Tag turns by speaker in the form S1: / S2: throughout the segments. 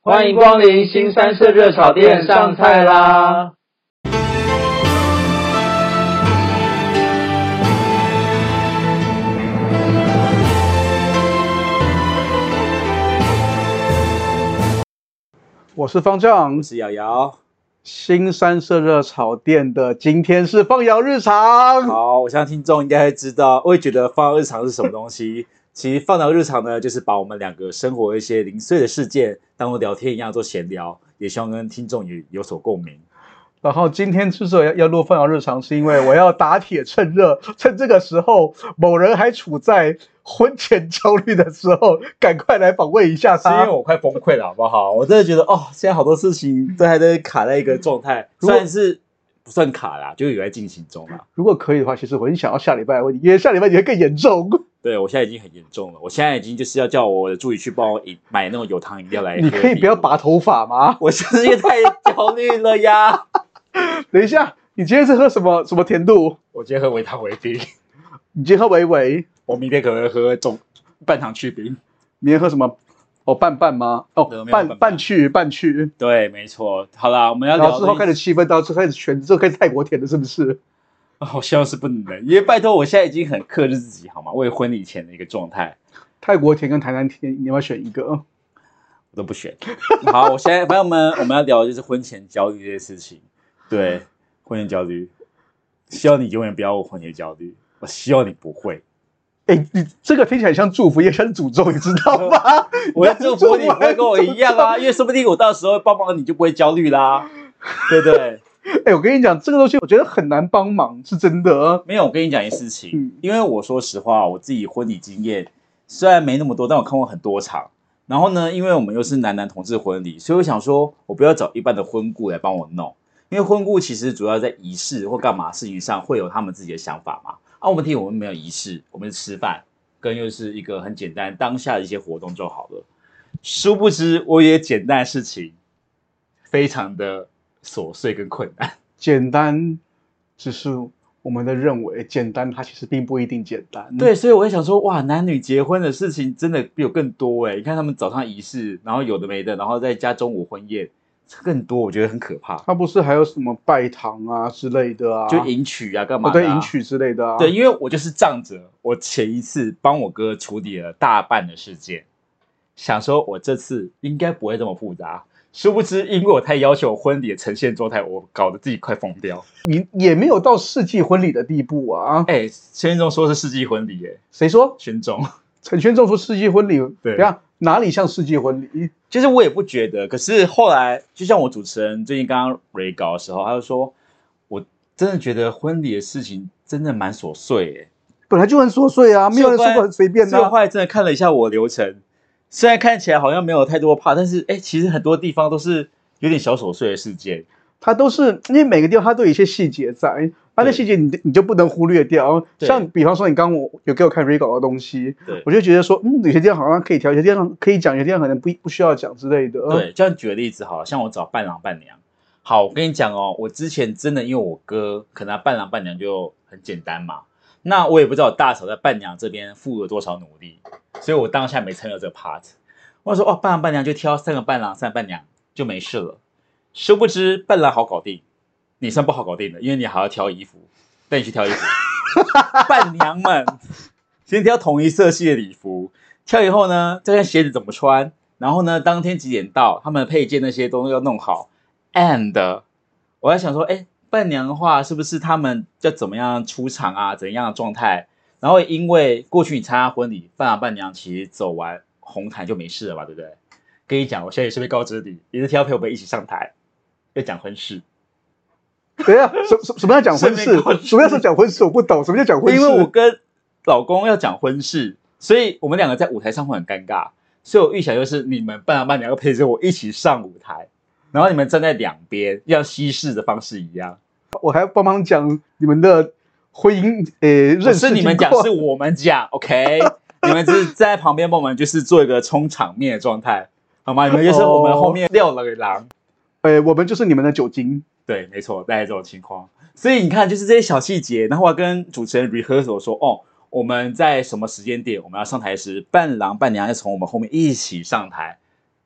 S1: 欢迎光临新三色热炒店，上菜啦！
S2: 我是方丈，
S3: 我是瑶瑶。
S2: 新三色热炒店的今天是放羊日常。
S3: 好，我相信听众应该会知道，我也觉得放羊日常是什么东西。其实放羊日常呢，就是把我们两个生活一些零碎的事件当做聊天一样做闲聊，也希望跟听众也有所共鸣。
S2: 然后今天之所以要录放羊日常，是因为我要打铁趁热，趁这个时候某人还处在婚前焦虑的时候，赶快来访问一下他。
S3: 是因为我快崩溃了，好不好？我真的觉得现在好多事情都还在卡在一个状态，虽然是不算卡啦，就有在进行中啦。
S2: 如果可以的话，其实我很想要下礼拜问你，因为下礼拜你会更严重。
S3: 对，我现在已经很严重了，我现在已经就是要叫我的助理去帮我买那种有糖饮料来喝。
S2: 你可以不要拔头发吗？
S3: 我就是因为太焦虑了呀。
S2: 等一下，你今天是喝什么甜度？
S3: 我今天喝微糖微冰。
S2: 你今天喝微微？
S3: 我明天可能喝半糖去冰。
S2: 明天喝什么？半吗？半去。
S3: 对，没错。好啦，我们要聊。
S2: 然后之后开始气氛，到之后开始全，之后开始泰国甜的，是不是？
S3: 我希望是不能，因为拜托，我现在已经很克制自己，好吗？为婚礼前的一个状态。
S2: 泰国甜跟台南甜，你要不要选一个？
S3: 我都不选。好，我现在朋友们，我们要聊的就是婚前焦虑这件事情。对，婚前焦虑，希望你永远不要有婚前焦虑。我希望你不会。
S2: 你这个听起来像祝福，也像诅咒，你知道吗？
S3: 我要祝福你不会跟我一样啊，因为说不定我到时候帮忙你就不会焦虑啦，对不对？
S2: 我跟你讲，这个东西我觉得很难帮忙，是真的。
S3: 没有，我跟你讲一件事情，因为我说实话，我自己婚礼经验虽然没那么多，但我看过很多场。然后呢，因为我们又是男同志婚礼，所以我想说，我不要找一般的婚顾来帮我弄，因为婚顾其实主要在仪式或干嘛事情上会有他们自己的想法嘛。问题我们没有仪式，我们是吃饭，跟又是一个很简单当下的一些活动就好了。殊不知，我以为简单的事情，非常的琐碎跟困难。
S2: 简单，只是我们的认为简单，它其实并不一定简单。
S3: 对，所以我会想说，哇，男女结婚的事情真的比我更多你看他们早上仪式，然后有的没的，然后再加中午婚宴。更多，我觉得很可怕。
S2: 他不是还有什么拜堂啊之类的啊，
S3: 就迎娶啊，干嘛的啊？
S2: 对，迎娶之类的啊。
S3: 对，因为我就是仗着我前一次帮我哥处理了大半的事件，想说我这次应该不会这么复杂。殊不知，因为我太要求婚礼的呈现状态，我搞得自己快疯掉。
S2: 你也没有到世纪婚礼的地步啊！
S3: 宣仲说是世纪婚礼
S2: 谁说？
S3: 宣仲。
S2: 陈宣仲说世纪婚礼，
S3: 对，
S2: 等下哪里像世纪婚礼？
S3: 其实我也不觉得，可是后来，就像我主持人最近刚刚 re 稿的时候，他就说，我真的觉得婚礼的事情真的蛮琐碎
S2: 本来就很琐碎啊，没有人说过很随便的。
S3: 所以我后来真的看了一下我的流程，虽然看起来好像没有太多怕，但是其实很多地方都是有点小琐碎的事件。
S2: 它都是因为每个地方它都有一些细节在，那细节你就不能忽略掉。像比方说你刚刚有给我看 re 稿的东西，我就觉得说，有些地方好像可以调，有些地方可以讲，有些地方可能不需要讲之类的。
S3: 对，这样举个例子好了，像我找伴郎伴娘，好，我跟你讲我之前真的因为我哥可能伴郎伴娘就很简单嘛，那我也不知道我大嫂在伴娘这边付了多少努力，所以我当下没参与这个 part。我说伴郎伴娘就挑3个伴郎3个伴娘就没事了。殊不知伴郎好搞定，你算不好搞定的，因为你还要挑衣服，带你去挑衣服。伴娘们先挑同一色系的礼服，挑以后呢，再看鞋子怎么穿，然后呢，当天几点到，他们的配件那些都要弄好。And 我在想说，伴娘的话，是不是他们要怎么样出场啊，怎样的状态？然后因为过去你参加婚礼，伴郎伴娘其实走完红毯就没事了吧，对不对？跟你讲，我现在也是被告知你，你是要陪我们一起上台。要讲婚事，
S2: 等一下，什么叫讲婚事？什么叫讲婚事？我不懂，什么叫讲婚事？
S3: 因为我跟老公要讲婚事，所以我们两个在舞台上会很尴尬，所以我预想就是你们伴郎伴娘要陪着我一起上舞台，然后你们站在两边，像西式的方式一样。
S2: 我还要帮忙讲你们的婚姻认识，不
S3: 是你们讲，是我们讲 ，OK？ 你们只是站在旁边帮我们就是做一个充场面的状态，好吗？你们就是我们后面吊了个狼。
S2: 我们就是你们的酒精，
S3: 对，没错，大概这种情况。所以你看，就是这些小细节。然后我要跟主持人 rehearsal 说，我们在什么时间点我们要上台时，伴郎伴娘要从我们后面一起上台，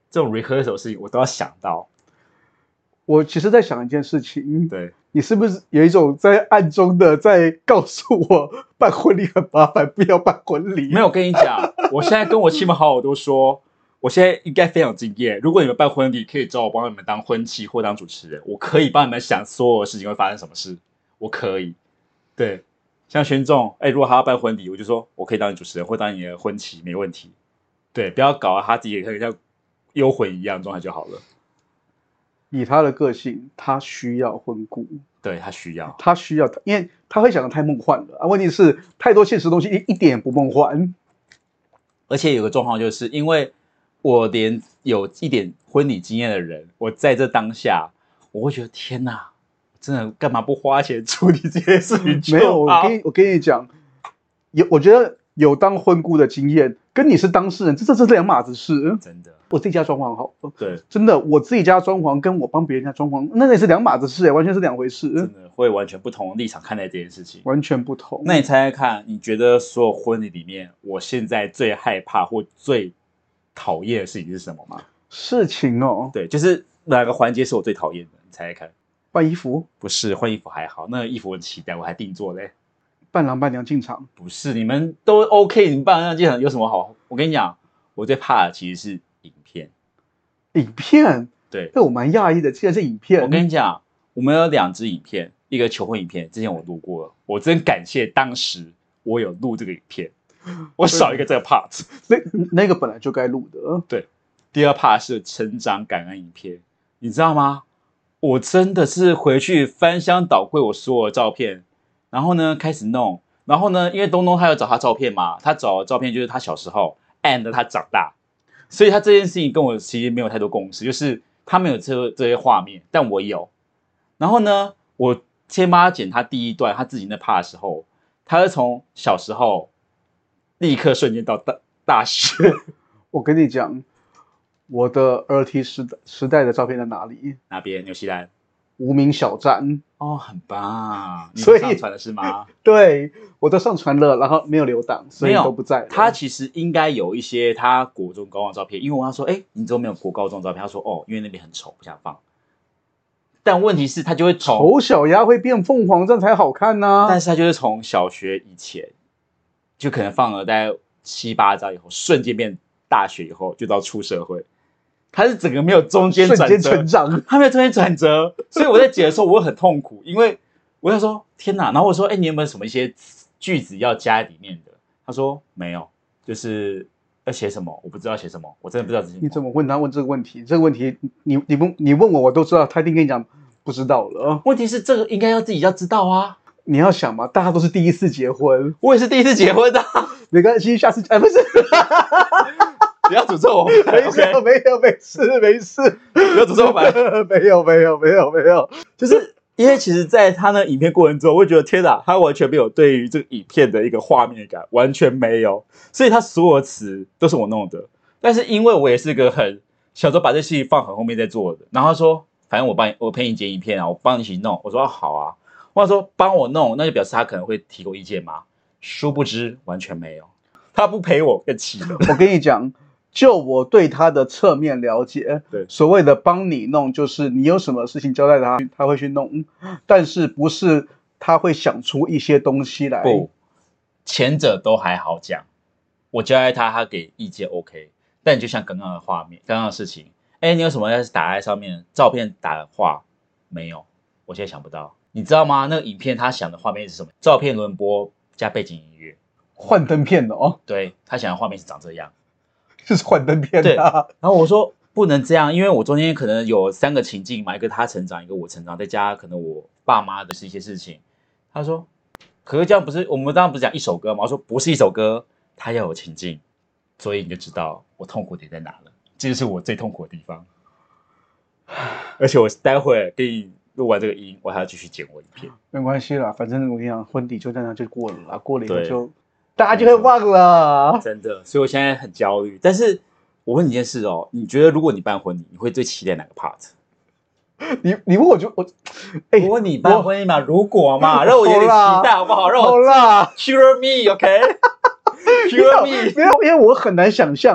S3: 这种 rehearsal 的事情我都要想到。
S2: 我其实在想一件事情，
S3: 对，
S2: 你是不是有一种在暗中的在告诉我办婚礼很麻烦，不要办婚礼？
S3: 没有，我跟你讲，我现在跟我亲朋好友都说，我现在应该非常敬业。如果你们办婚礼，可以找我帮你们当婚期或当主持人，我可以帮你们想所有的事情会发生什么事，我可以。对，像玄仲，如果他要办婚礼，我就说我可以当你主持人或当你的婚期，没问题。对，不要搞他自己也可以像幽魂一样状态就好了。
S2: 以他的个性，他需要婚顾，
S3: 对，他需要，
S2: 因为他会想的太梦幻了啊。问题是太多现实的东西一点也不梦幻。
S3: 而且有个状况就是，因为我连有一点婚礼经验的人，我在这当下，我会觉得天哪，真的干嘛不花钱处理这些事情就好？
S2: 没有，我跟你讲，我觉得有当婚顾的经验，跟你是当事人，这是两码子事。
S3: 真的，
S2: 我自己家装潢好，
S3: 对，
S2: 真的，我自己家装潢跟我帮别人家装潢，那也是两码子事，完全是两回事。
S3: 真的会完全不同的立场看待这件事情，
S2: 完全不同。
S3: 那你猜猜看，你觉得所有婚礼里面，我现在最害怕或最讨厌的事情是什么吗？
S2: 事情哦，
S3: 对，就是哪个环节是我最讨厌的？你猜猜看。
S2: 换衣服？
S3: 不是，换衣服还好，那个衣服我很期待，我还定做嘞。
S2: 伴郎伴娘进场？不
S3: 是，你们都 OK， 你们伴郎伴娘进场有什么好？我跟你讲，我最怕的其实是影片。
S2: 影片？
S3: 对，
S2: 我蛮讶异的，竟然是影片。
S3: 我跟你讲，我们有2支影片，一个求婚影片，之前我录过了，我真感谢当时我有录这个影片，我少一个这个 part，
S2: 那个本来就该录的。
S3: 对，第二 part 是成长感恩影片，你知道吗？我真的是回去翻箱倒柜我所有的照片，然后呢开始弄，然后呢，因为东东他有找他照片嘛，他找的照片就是他小时候 and 他长大，所以他这件事情跟我其实没有太多共识，就是他没有这些画面，但我有。然后呢，我先帮他剪他第一段他自己那 part 的时候，他是从小时候立刻瞬间到大学。
S2: 我跟你讲，我的儿提时代的照片在哪里？
S3: 哪边？纽西兰
S2: 无名小站。
S3: 哦，很棒。你
S2: 所以
S3: 上传了是吗？
S2: 对，我都上传了，然后没有留档，所以都不在了。
S3: 他其实应该有一些他国中高中的照片，因为我跟他说，你怎么没有国高中的照片？他说，因为那边很丑，不想放。但问题是，他就会
S2: 丑小鸭会变凤凰，这样才好看呢。
S3: 但是他就是从小学以前，就可能放了大概7、8张以后，瞬间变大学以后，就到出社会。他是整个没有中间转折，
S2: 瞬间成长，
S3: 他没有中间转折，所以我在剪的时候我会很痛苦，因为我想说天哪，然后我说你有没有什么一些句子要加在里面的？他说没有，就是要写什么我不知道写什么，我真的不知道。
S2: 你怎么问他问这个问题？这个问题你问我都知道，他一定跟你讲不知道了。
S3: 问题是这个应该要自己要知道啊。
S2: 你要想嘛，大家都是第一次结婚，
S3: 我也是第一次结婚的，
S2: 没关系，下次不是。
S3: 不要诅咒我，
S2: 没事，
S3: 不要诅咒我，
S2: 没有，
S3: 就是因为其实，在他那影片过程中，我会觉得天哪，他完全没有对于这个影片的一个画面感，完全没有，所以他所有的词都是我弄的。但是因为我也是个很小时候把这戏放很后面在做的，然后他说，反正我陪你剪影片啊，我帮你一起弄。我说好啊，我说帮我弄，那就表示他可能会提过意见嘛。殊不知完全没有，他不陪我更气了。
S2: 我跟你讲。就我对他的侧面了解，
S3: 对，
S2: 所谓的帮你弄，就是你有什么事情交代他，他会去弄，但是不是他会想出一些东西来。
S3: 不，前者都还好讲，我交代他给意见 OK， 但你就像刚刚的画面，刚刚的事情，你有什么要是打在上面，照片打的话没有，我现在想不到，你知道吗？那个影片他想的画面是什么？照片轮播加背景音乐，
S2: 幻灯片的哦。
S3: 对，他想的画面是长这样。
S2: 就是幻灯片
S3: 对，然后我说不能这样，因为我中间可能有3个情境嘛，一个他成长，一个我成长，再加可能我爸妈的是一些事情。他说，可是这样不是我们当然不是讲一首歌嘛？我说不是一首歌，它要有情境，所以你就知道我痛苦点在哪了。这就是我最痛苦的地方。而且我待会给你录完这个音，我还要继续剪我影片。
S2: 没关系啦，反正我跟你讲，婚礼就这样就过了啦，过了以后就。大家就会忘了，
S3: 真的，所以我现在很焦虑。但是我问你一件事哦，你觉得如果你办婚礼，你会最期待哪个 part？
S2: 你问我就
S3: 如果你办婚礼嘛，如果嘛，让我有点期待好不好？让我
S2: 好啦
S3: ，cure me，OK？Cure me，
S2: 没有，因为我很难想象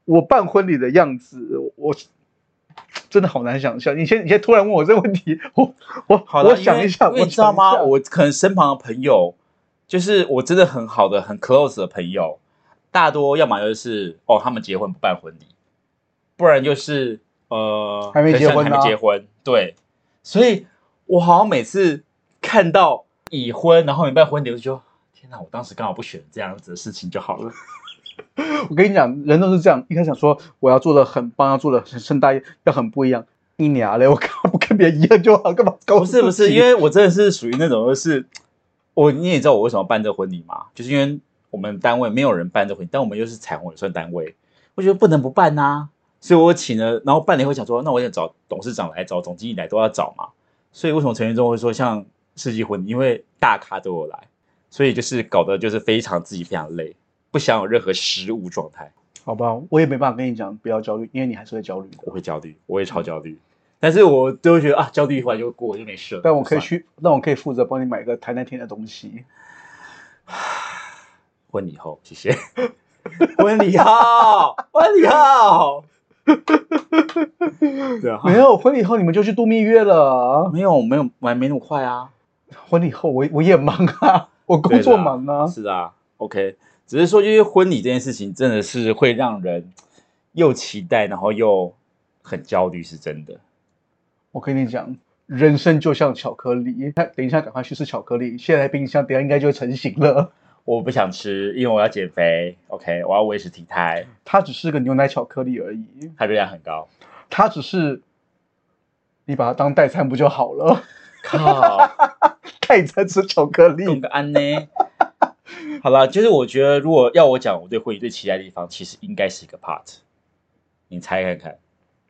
S2: 我办婚礼的样子，我真的好难想象。你先突然问我这个问题，我想一下，
S3: 因为你知道吗？我可能身旁的朋友，就是我真的很好的、很 close 的朋友，大多要么就是他们结婚不办婚礼，不然就是
S2: 还没结婚，
S3: 还没结婚。对，所以我好像每次看到已婚然后没办婚礼，我就觉得天哪，我当时刚好不选这样子的事情就好了。
S2: 我跟你讲，人都是这样，一开始想说我要做的很棒，要做的很盛大，要很不一样。一年嘞，我干嘛不跟别人一样就好？干嘛搞？
S3: 不是，因为我真的是属于那种，就是你也知道我为什么办这婚礼嘛，就是因为我们单位没有人办这婚礼，但我们又是彩虹也算单位，我觉得不能不办啊，所以我请了，然后办了以后想说，那我也找董事长来，找总经理来都要找嘛，所以为什么陈元忠会说像世纪婚礼，因为大咖都有来，所以就是搞得就是自己非常累，不想有任何失误状态。
S2: 好吧，我也没办法跟你讲不要焦虑，因为你还是会焦虑的。
S3: 我会焦虑，我也超焦虑，但是我都会觉得焦虑一会就过，就没事了。
S2: 但我可以负责帮你买个台那天的东西。
S3: 婚礼后，谢谢。婚礼后，婚礼后。对啊，
S2: 没有婚礼后你们就去度蜜月了？
S3: 没有，我还没那么快啊。
S2: 婚礼后我也忙啊，我工作忙啊。
S3: 是啊 ，OK。只是说，因为婚礼这件事情真的是会让人又期待，然后又很焦虑，是真的。
S2: 我跟你讲，人生就像巧克力，等一下赶快去吃巧克力，现在冰箱等一下应该就会成型了。
S3: 我不想吃，因为我要减肥 ，OK， 我要维持体态。
S2: 它只是个牛奶巧克力而已，
S3: 它热量很高。
S2: 它只是你把它当代餐不就好了？
S3: 靠，
S2: 代餐吃巧克力，
S3: 弄个安呢？好啦，就是我觉得，如果要我讲，我对婚礼最期待的地方，其实应该是一个 part。你猜看看。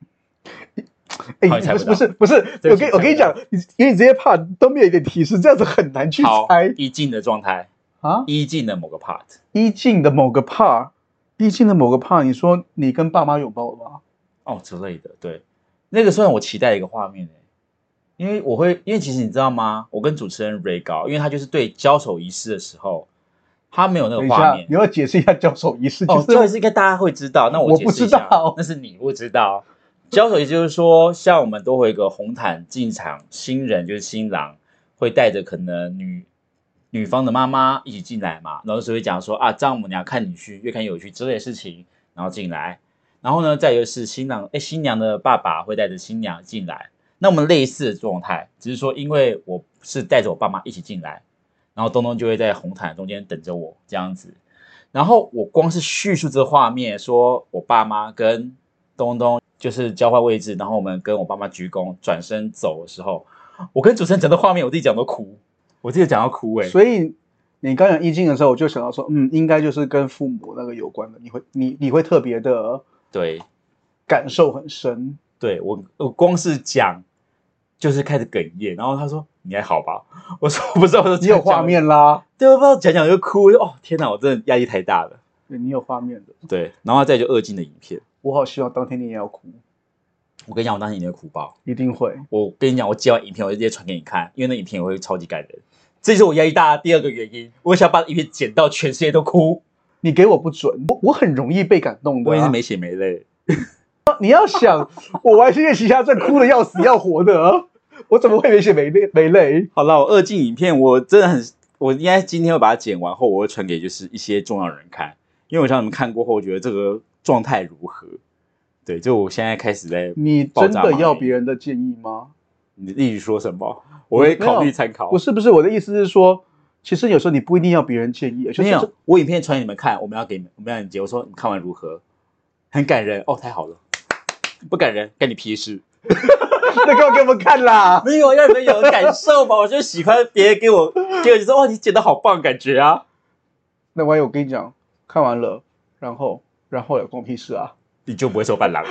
S2: 不是，我跟你讲，因为你这些 part 都没有一点提示，这样子很难去猜。
S3: 一进的状态
S2: 啊，
S3: 一进的某个 part，
S2: 一进的某个 part， 你说你跟爸妈拥抱了吗？
S3: 之类的，对，那个算我期待的一个画面因为其实你知道吗？我跟主持人 Ray 高，因为他就是对交手仪式的时候，他没有那个画面。
S2: 你要解释一下交手仪式。
S3: 交手仪式应该大家会知道，那我解释一下。
S2: 我不知道，
S3: 那是你不知道。交手仪式就是说，像我们都会有一个红毯进场，新人就是新郎会带着可能女方的妈妈一起进来嘛，然后就会讲说丈母娘看女婿越看越有趣之类的事情，然后进来。然后呢，再就是新娘的爸爸会带着新娘进来。那我们类似的状态，只是说因为我是带着我爸妈一起进来，然后东东就会在红毯中间等着我这样子。然后我光是叙述这个画面，说我爸妈跟东东就是交换位置，然后我们跟我爸妈鞠躬转身走的时候，我跟主持人讲的画面，我自己讲都哭，我自己讲到哭
S2: 所以你刚讲意境的时候，我就想到说，应该就是跟父母那个有关的，你会特别的
S3: 对
S2: 感受很深。
S3: 对，我光是讲就是开始哽咽，然后他说你还好吧？我说我不知道，我说
S2: 你有画面啦。
S3: 对，我不知道讲就哭，天哪，我真的压力太大了。
S2: 对，你有画面的。
S3: 对，然后再就2进的影片。
S2: 我好希望当天你也要哭。
S3: 我跟你讲，我当天一定会哭爆，
S2: 一定会。
S3: 我跟你讲，我接完影片我就直接传给你看，因为那影片也会超级感人。这就是我压力大的第二个原因，我想把影片剪到全世界都哭。
S2: 你给我不准，我很容易被感动的。
S3: 我也是没血没泪。
S2: 你要想，我玩《仙剑奇侠传》哭的要死要活的，我怎么会没血没泪？
S3: 好了，我2进影片，我真的我应该今天会把它剪完后，我会传给就是一些重要人看，因为我想你们看过后，我觉得这个状态如何？对，就我现在开始在。
S2: 你真的要别人的建议吗？
S3: 你例如说什么？我会考虑参考。
S2: 不是，我的意思是说，其实有时候你不一定要别人建议。
S3: 没有，我影片传给你们看，我们要你截，我说你看完如何？很感人太好了。不感人，干你屁事！
S2: 那干嘛给我们看啦？
S3: 没有，让你们有感受嘛。我就喜欢别人给我就说你剪得好棒，感觉啊。
S2: 那万一我跟你讲，看完了，然后有关我屁事啊？
S3: 你就不会收伴郎了。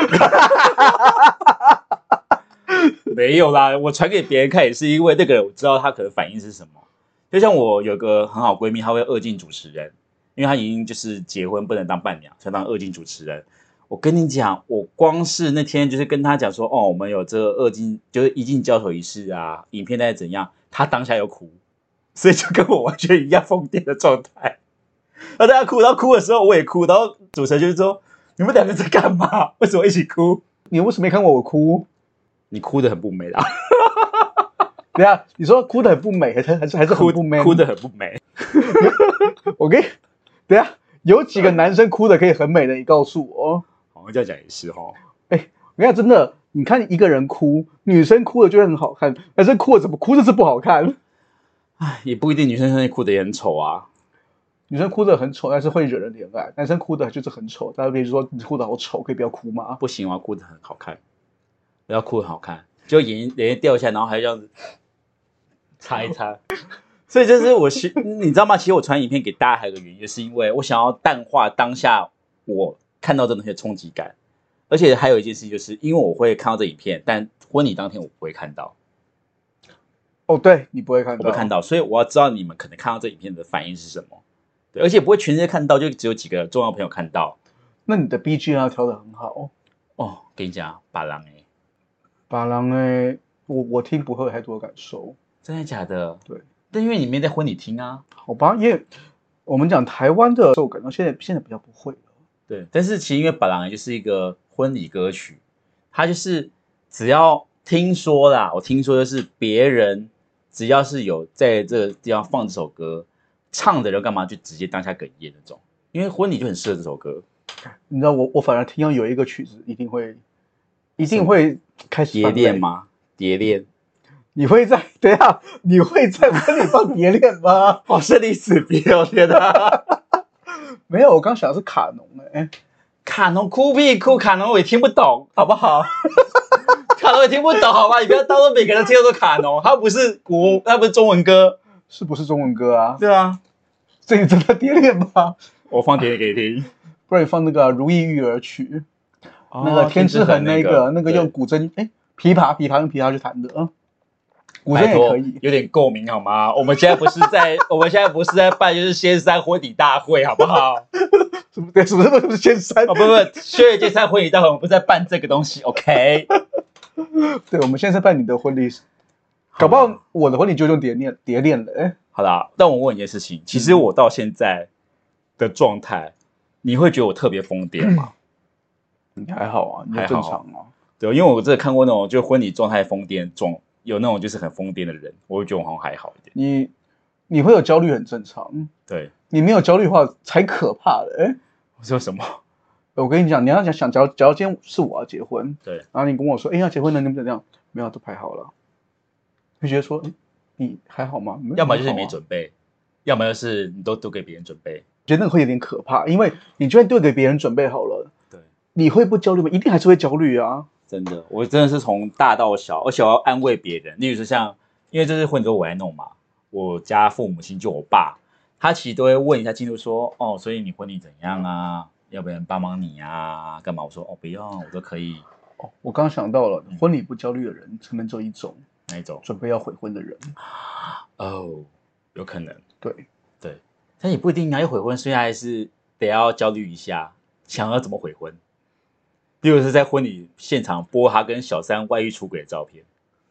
S3: 没有啦，我传给别人看也是因为那个人我知道他可能反应是什么。就像我有个很好闺蜜，她会2进主持人，因为她已经就是结婚不能当伴娘，所以当2进主持人。我跟你讲，我光是那天就是跟他讲说，我们有这2进，就是1进交手仪式啊，影片大概怎样，他当下有哭，所以就跟我完全一样疯癫的状态。然后大家哭，然后哭的时候我也哭，然后主持人就是说， 你们两个在干嘛？为什么一起哭？
S2: 你为什么没看过我哭？
S3: 你哭得很不美啦。
S2: 等一下，你说哭得很不美，还是很不 man？
S3: 哭得很不美。
S2: 等一下，有几个男生哭得可以很美的？你告诉我。
S3: 好像这样讲也是哦。
S2: 我跟你讲真的，你看一个人哭，女生哭的就会很好看，男生哭的怎么哭就是不好看。
S3: 唉，也不一定，女生哭得也很丑啊。
S2: 女生哭得很丑，但是会惹人怜爱；男生哭的就是很丑，大家可以说你哭得好丑，可以不要哭吗？
S3: 不行，我要哭得很好看，不要哭得很好看，就眼泪掉下来，然后还这样子擦一擦。所以就是你知道吗？其实我传影片给大家还有个原因，就是因为我想要淡化当下我看到这东西的冲击感，而且还有一件事情，就是因为我会看到这影片，但婚礼当天我不会看到。
S2: 哦，对，你不会看到，
S3: 我不会看到，所以我要知道你们可能看到这影片的反应是什么。对，而且不会全世界看到，就只有几个重要朋友看到。
S2: 那你的 BGM 要调得很好
S3: 哦。跟你讲，把郎
S2: 我听不会有太多感受。
S3: 真的假的？
S2: 对，
S3: 但因为你没在婚礼听啊。
S2: 好吧，因为我们讲台湾的受感，现在比较不会了。
S3: 对，但是其实因为把郎就是一个婚礼歌曲，它就是只要听说啦，我听说就是别人只要是有在这个地方放这首歌，唱的人干嘛就直接当下哽咽那种，因为婚礼就很适合这首歌。
S2: 你知道我反而听到有一个曲子一定会开始
S3: 蝶恋吗？蝶恋。
S2: 你会在婚礼放蝶恋吗？
S3: 好生离死别哦，天哪！
S2: 没有，我刚想的是卡农
S3: 卡农哭屁哭，卡农我也听不懂，好不好？卡农也听不懂，好吧？你不要当做每个人听都是卡农，它不是中文歌，
S2: 是不是中文歌啊？
S3: 对啊，
S2: 这你真的蝶恋吗？
S3: 我放蝶恋给你听，
S2: 不然你放那个《如意育儿曲》，那个天之痕那个用古筝琵琶用琵琶去弹的古筝也可以，
S3: 有点共鸣好吗？我们现在不是在办就是仙山婚礼大会，好不好？
S2: 什么不是仙山？
S3: 不，薛岳仙山婚礼大会，我们不是在办这个东西 ，OK？
S2: 对，我们现在在办你的婚礼，搞不好我的婚礼就用蝶恋了。
S3: 好啦，但我问一件事情，其实我到现在的状态，你会觉得我特别疯癫吗？
S2: 你还好啊，你很正常啊。
S3: 对，因为我真的看过那种就婚礼状态疯癫有那种就是很疯癫的人，我会觉得我好像还好一
S2: 点。你会有焦虑很正常，
S3: 对，
S2: 你没有焦虑的话才可怕的。
S3: 我说什么？
S2: 我跟你讲，你要想，假如今天是我要结婚，
S3: 对，
S2: 然后你跟我说，要结婚了，能不能这样？没有，都排好了，就觉得说，你还好吗？
S3: 要么就是你没准备，要么就是你都给别人准备，
S2: 觉得那个会有点可怕，因为你就算都给别人准备好了，
S3: 对，
S2: 你会不焦虑吗？一定还是会焦虑啊。
S3: 真的，我真的是从大到小，而且我要安慰别人。例如说像，因为这是婚礼都我来弄嘛，我家父母亲就我爸，他其实都会问一下进度说，哦，所以你婚礼怎样啊？要不要人帮忙你啊？干嘛？我说哦，不用，我都可以。
S2: 哦，我刚刚想到了，婚礼不焦虑的人，可能只有一种，
S3: 哪一种？
S2: 准备要悔婚的人。
S3: 哦，有可能。
S2: 对，
S3: 但也不一定啊，要悔婚，所以还是得要焦虑一下，想要怎么悔婚。例如是在婚礼现场播他跟小三外遇出轨的照片。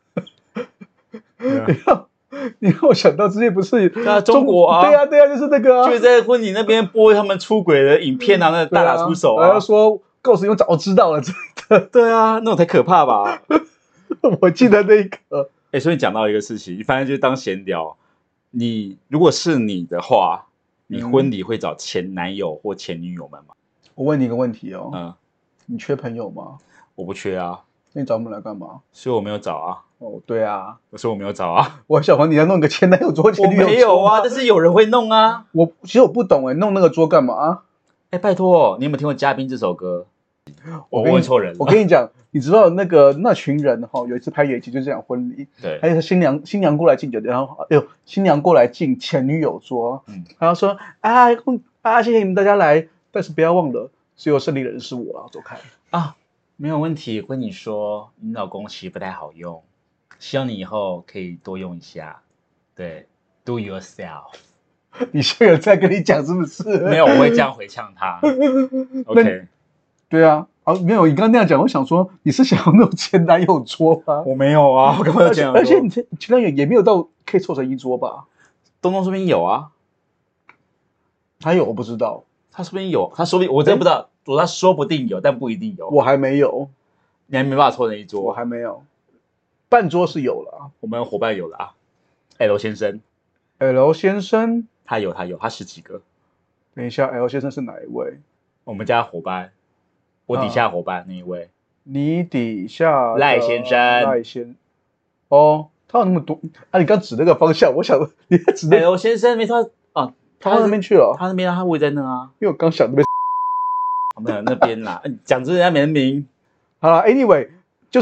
S2: 你让我想到之前不是
S3: 中国啊，
S2: 对啊，就是那个
S3: 就是在婚礼那边播他们出轨的影片啊，那大打出手啊，
S2: 然后说告诉你我早知道了之类的。
S3: 对啊，那种才可怕吧？
S2: 我记得那个。
S3: 所以讲到一个事情，反正就是当闲聊。你如果是你的话，你婚礼会找前男友或前女友们吗？
S2: 我问你一个问题哦，你缺朋友吗？
S3: 我不缺啊。
S2: 那你找我们来干嘛？
S3: 所以我没有找啊。
S2: 哦，对啊，
S3: 我说我没有找啊。
S2: 我想问你要弄个前男友桌、前女友桌？
S3: 我没有啊，但是有人会弄啊。
S2: 其实我不懂弄那个桌干嘛？
S3: 拜托，你有没有听过《嘉宾》这首歌？我问错人了。
S2: 我跟你讲，你知道那群人有一次拍野鸡就这样婚礼，
S3: 对，
S2: 还有新娘过来敬酒，然后新娘过来敬前女友桌，然后说谢谢你们大家来，但是不要忘了，最后胜利人是我啊，走开
S3: 啊，没有问题。我跟你说，你老公其实不太好用，希望你以后可以多用一下。对 ，Do yourself。
S2: 你现在有在跟你讲是不是？
S3: 没有，我会这样回呛他。OK。
S2: 对啊，没有，你刚刚那样讲，我想说你是想要那种前男友桌吗？
S3: 我没有啊，我干嘛要讲？
S2: 而且你前男友也没有到可以凑成一桌吧？
S3: 东说不定有啊，
S2: 他有我不知道，
S3: 他说不定有，他说不定我真的不知道。 他说不定有，但不一定有。
S2: 我还没有，
S3: 你还没办法凑那一桌。
S2: 我还没有，半桌是有了。
S3: 我们伙伴有了啊 ，L 先生。
S2: L 先生，
S3: 他有，他10几个。
S2: 等一下 ，L 先生是哪一位？
S3: 我们家伙伴，我底下伙伴那一位。
S2: 你底下
S3: 赖先生。
S2: 哦，他有那么多啊！你刚指那个方向，我想你在指那
S3: L 先生没错啊，
S2: 他到那边去了。
S3: 他那边他位在那啊，
S2: 因为我刚想那边。
S3: 没有那边啦，讲这人家没名。
S2: 好了 ，Anyway， 就是，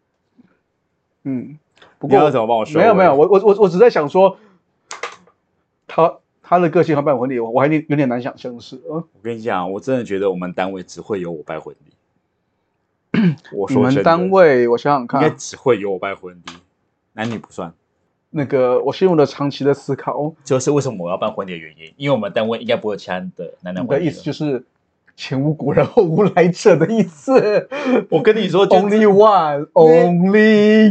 S2: 不过
S3: 你要怎么帮我说？
S2: 没有，我只在想说，他的个性和办婚礼，我还有点难想象的是。
S3: 我跟你讲，我真的觉得我们单位只会有我办婚礼。我说
S2: 你们单位，我想想看，
S3: 应该只会有我办婚礼，男女不算。
S2: 那个，我陷入了长期的思考，
S3: 就是为什么我要办婚礼的原因，因为我们单位应该不会有其他的男婚礼。
S2: 你的意思就是前无古人后无来者的意思。
S3: 我跟你说
S2: ，Only one, only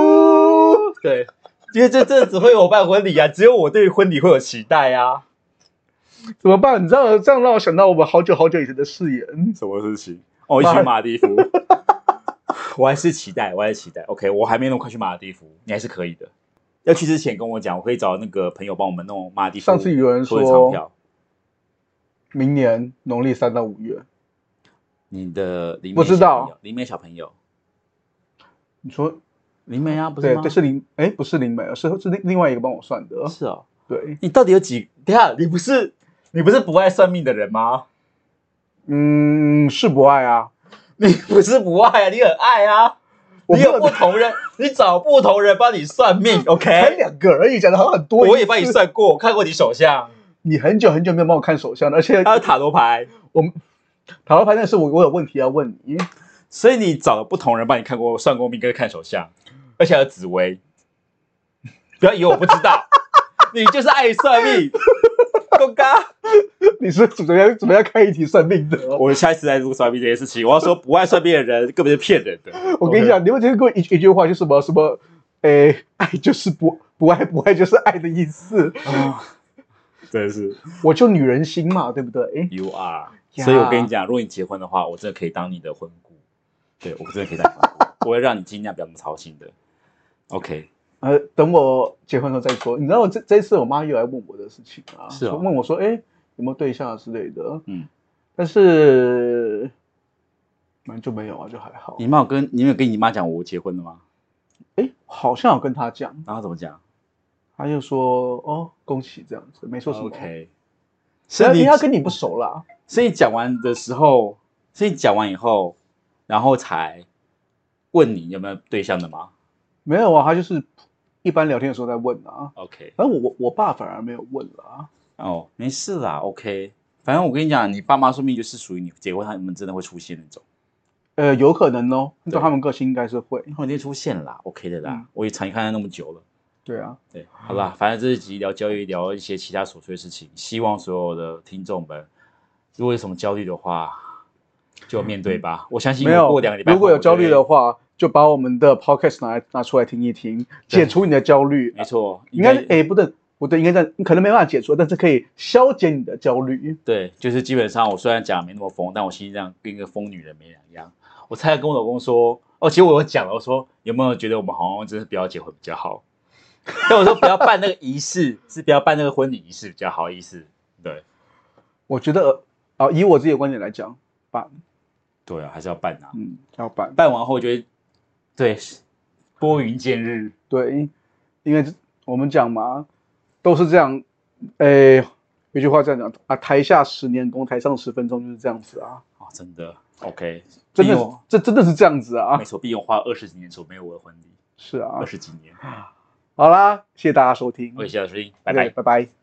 S2: you。
S3: 对，因为这只会有我办婚礼啊，只有我对婚礼会有期待啊。
S2: 怎么办？你知道这样让我想到我们好久以前的誓言。
S3: 什么事情？哦，一起去马尔地夫。我还是期待。OK， 我还没那么快去马尔地夫，你还是可以的。要去之前跟我讲，我可以找那个朋友帮我们弄马尔地夫。
S2: 上次有人说，明年农历3到5月。
S3: 你的林
S2: 不知道
S3: 林美小朋友，
S2: 你说
S3: 林美啊？不是吗？
S2: 对，是不是林美，是另外一个帮我算的。
S3: 是哦，
S2: 对。
S3: 你到底有几？等一下，你不是不爱算命的人吗？
S2: 是不爱啊。
S3: 你不是不爱啊，你很爱啊。你有不同人，你找不同人帮你算命 ，OK？
S2: 才2个而已，讲的好像很多。
S3: 我也帮你算过，我看过你手相。
S2: 你很久没有帮我看手相了，而且
S3: 还有塔罗牌。
S2: 塔罗牌那是我有问题要问你，
S3: 所以你找了不同人帮你看过、算过命跟看手相，而且还有紫薇。不要以为我不知道，你就是爱算命。公嘎，
S2: 你是怎么样开一题算命的？
S3: 我下一次再录算命这件事情，我要说不爱算命的人根本是骗人的。
S2: 我跟你讲，你有没有听过一句话，就是什么，爱就是不爱就是爱的意思。
S3: 真的是，
S2: 我就女人心嘛，对不对
S3: ？You are， 所以我跟你讲，如果你结婚的话，我真的可以当你的婚顾。对，我真的可以当你婚顾，我会让你尽量不要那么操心的。OK。
S2: 等我结婚的时候再说。你知道这一次我妈又来问我的事情啊，
S3: 是
S2: 问我说，有没有对象之类的。但是就没有啊，就还好。
S3: 你有跟你妈讲我结婚了吗？
S2: 好像有跟她讲。
S3: 然后怎么讲？
S2: 她就说恭喜这样子，没说什么。
S3: OK。
S2: 所以她跟你不熟啦。
S3: 所以讲完以后，然后才问你有没有对象的吗？
S2: 没有啊，她就是一般聊天的时候在问啊。
S3: OK。
S2: 反正我爸反而没有问啦。
S3: 哦，没事啦 ，OK。反正我跟你讲，你爸妈说不定就是属于你结婚他们真的会出现那种。
S2: 有可能哦，按照他们个性应该是会。
S3: 他们一定出现啦 ，OK 的啦。我也常看他那么久了。
S2: 对啊，
S3: 对，好啦，反正这一集聊交易，聊一些其他琐碎的事情。希望所有的听众们，如果有什么焦虑的话，就面对吧。我相信过2个礼拜，
S2: 如果有焦虑的话，就把我们的 podcast 拿出来听一听，解除你的焦虑。
S3: 没错，
S2: 应该不对，应该你可能没办法解除，但是可以消减你的焦虑。
S3: 对，就是基本上我虽然讲没那么疯，但我心上跟一个疯女人没两样。我才跟我老公说，其实我有讲了，我说有没有觉得我们好像真是不要结婚比较好？但我说不要办那个仪式，是不要办那个婚礼仪式比较好意思。对，
S2: 我觉得以我自己的观点来讲，办。
S3: 对啊，还是要办啊。
S2: 要办。
S3: 办完后我觉得，对，拨云见日。
S2: 对，因为我们讲嘛，都是这样。有句话这样讲啊，台下10年功，台上10分钟，就是这样子啊。
S3: 真的 OK，
S2: 真的，这真的是这样子啊。
S3: 没错，毕竟我花了20几年筹没有我的婚礼。
S2: 是啊，
S3: 20几年。
S2: 好啦，谢谢大家收听。
S3: 谢谢大家收听，拜拜，
S2: 拜拜。